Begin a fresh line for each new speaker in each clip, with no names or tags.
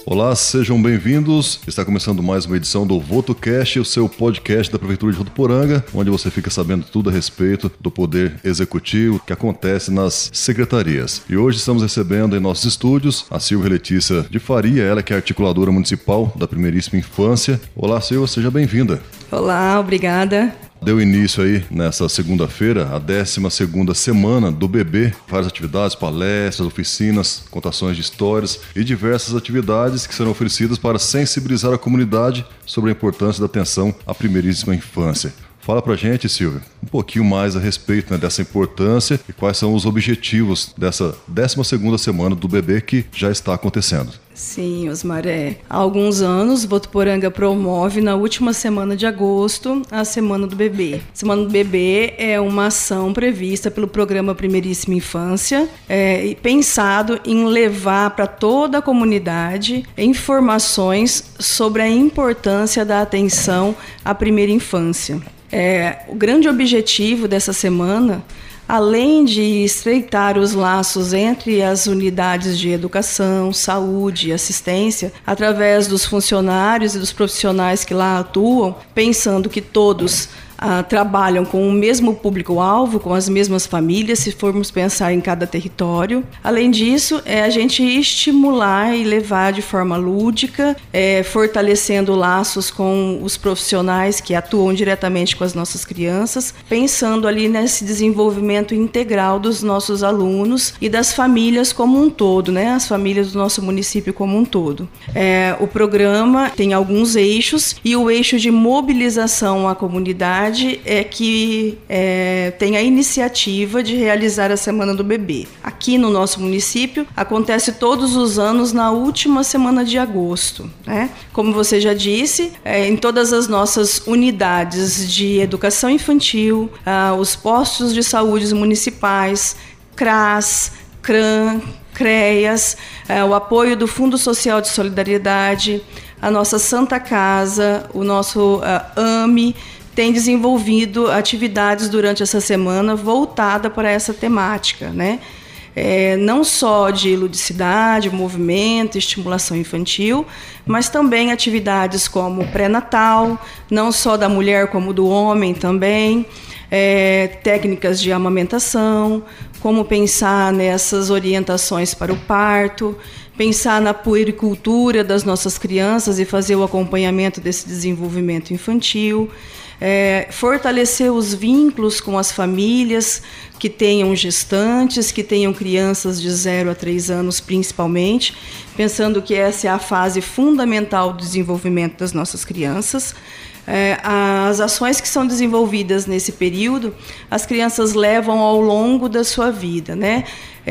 Olá, sejam bem-vindos. Está começando mais uma edição do VotoCast, o seu podcast da Prefeitura de Votuporanga, onde você fica sabendo tudo a respeito do poder executivo que acontece nas secretarias. E hoje estamos recebendo em nossos estúdios a Silvia Letícia de Faria, ela que é articuladora municipal da Primeiríssima Infância. Olá, Silvia, seja bem-vinda.
Olá, obrigada.
Deu início aí nessa segunda-feira, a 12ª semana do bebê. Várias atividades, palestras, oficinas, contações de histórias e diversas atividades que serão oferecidas para sensibilizar a comunidade sobre a importância da atenção à primeiríssima infância. Fala pra gente, Silvia, um pouquinho mais a respeito dessa importância e quais são os objetivos dessa 12ª semana do bebê que já está acontecendo.
Sim, Osmar, há alguns anos, Votuporanga promove na última semana de agosto a Semana do Bebê. A Semana do Bebê é uma ação prevista pelo programa Primeiríssima Infância, e pensado em levar para toda a comunidade informações sobre a importância da atenção à primeira infância. O grande objetivo dessa semana, além de estreitar os laços entre as unidades de educação, saúde e assistência, através dos funcionários e dos profissionais que lá atuam, pensando que todos trabalham com o mesmo público-alvo, com as mesmas famílias, se formos pensar em cada território. Além disso, a gente estimular e levar de forma lúdica, fortalecendo laços com os profissionais que atuam diretamente com as nossas crianças, pensando ali nesse desenvolvimento integral dos nossos alunos e das famílias como um todo, né? As famílias do nosso município como um todo. O programa tem alguns eixos e o eixo de mobilização à comunidade é que tem a iniciativa de realizar a Semana do Bebê. Aqui no nosso município acontece todos os anos na última semana de agosto, né? Como você já disse, em todas as nossas unidades de educação infantil, os postos de saúde municipais, CRAS, CRAN, CREAS, o apoio do Fundo Social de Solidariedade, a nossa Santa Casa, o nosso AME, tem desenvolvido atividades durante essa semana voltada para essa temática, né? Não só de ludicidade, movimento, estimulação infantil, mas também atividades como pré-natal, não só da mulher como do homem também, técnicas de amamentação, como pensar nessas orientações para o parto, pensar na puericultura das nossas crianças e fazer o acompanhamento desse desenvolvimento infantil, fortalecer os vínculos com as famílias que tenham gestantes, que tenham crianças de 0 a 3 anos principalmente, pensando que essa é a fase fundamental do desenvolvimento das nossas crianças. As ações que são desenvolvidas nesse período, as crianças levam ao longo da sua vida, né?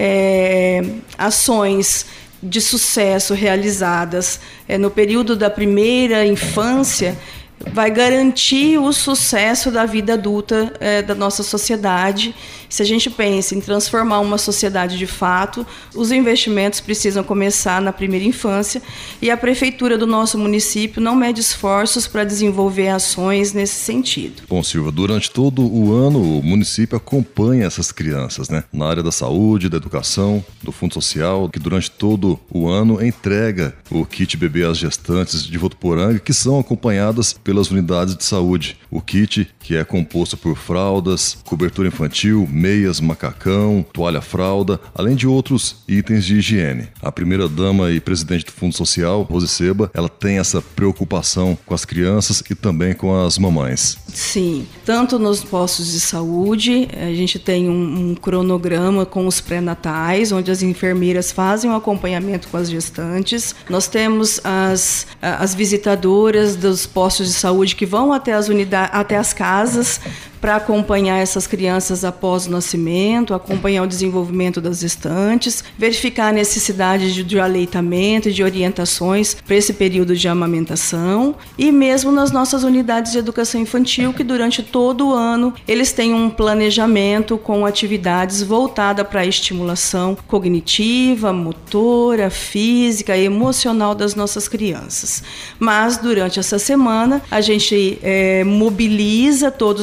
Ações de sucesso realizadas no período da primeira infância vai garantir o sucesso da vida adulta da nossa sociedade. Se a gente pensa em transformar uma sociedade de fato, os investimentos precisam começar na primeira infância e a prefeitura do nosso município não mede esforços para desenvolver ações nesse sentido.
Bom, Silvia, durante todo o ano o município acompanha essas crianças, né? Na área da saúde, da educação, do Fundo Social, que durante todo o ano entrega o kit bebê às gestantes de Votuporanga, que são acompanhadas pelas unidades de saúde. O kit, que é composto por fraldas, cobertura infantil, meias, macacão, toalha-fralda, além de outros itens de higiene. A primeira-dama e presidente do Fundo Social, Rose Seba, ela tem essa preocupação com as crianças e também com as mamães.
Sim, tanto nos postos de saúde, a gente tem um cronograma com os pré-natais, onde as enfermeiras fazem um acompanhamento com as gestantes. Nós temos as visitadoras dos postos de saúde que vão até as unidades, até as casas, para acompanhar essas crianças após o nascimento, acompanhar o desenvolvimento das gestantes, verificar a necessidade de aleitamento e de orientações para esse período de amamentação, e mesmo nas nossas unidades de educação infantil, que durante todo o ano eles têm um planejamento com atividades voltadas para a estimulação cognitiva, motora, física e emocional das nossas crianças. Mas durante essa semana a gente mobiliza todos os profissionais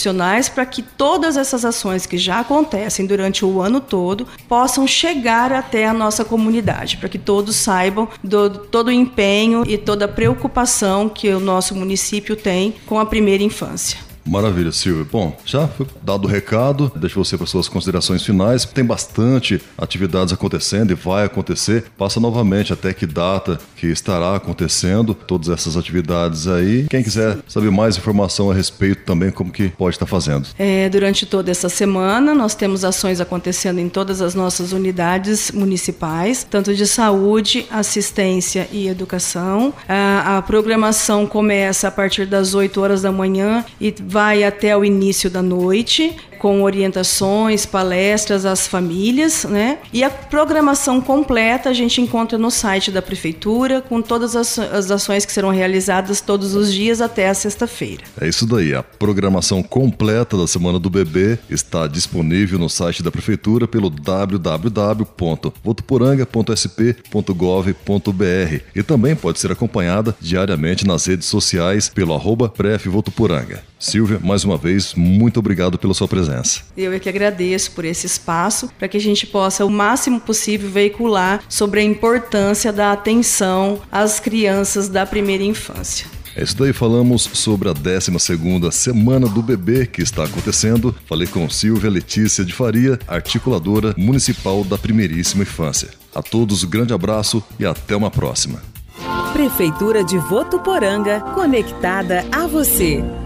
profissionais para que todas essas ações que já acontecem durante o ano todo possam chegar até a nossa comunidade, para que todos saibam todo o empenho e toda a preocupação que o nosso município tem com a primeira infância.
Maravilha, Silvia. Bom, já foi dado o recado, deixo você para suas considerações finais. Tem bastante atividades acontecendo e vai acontecer. Passa novamente até que data que estará acontecendo todas essas atividades aí. Quem quiser saber mais informação a respeito também, como que pode estar fazendo?
Durante toda essa semana, nós temos ações acontecendo em todas as nossas unidades municipais, tanto de saúde, assistência e educação. A programação começa a partir das 8 horas da manhã e vai até o início da noite, com orientações, palestras às famílias, né? E a programação completa a gente encontra no site da Prefeitura, com todas as ações que serão realizadas todos os dias até a sexta-feira.
É isso daí, a programação completa da Semana do Bebê está disponível no site da Prefeitura pelo www.votuporanga.sp.gov.br e também pode ser acompanhada diariamente nas redes sociais pelo @prefvotuporanga. Silvia, mais uma vez, muito obrigado pela sua presença.
Eu é que agradeço por esse espaço, para que a gente possa, o máximo possível, veicular sobre a importância da atenção às crianças da primeira infância.
É isso daí, falamos sobre a 12ª Semana do Bebê que está acontecendo. Falei com Silvia Letícia de Faria, articuladora municipal da Primeiríssima Infância. A todos, um grande abraço e até uma próxima.
Prefeitura de Votuporanga, conectada a você.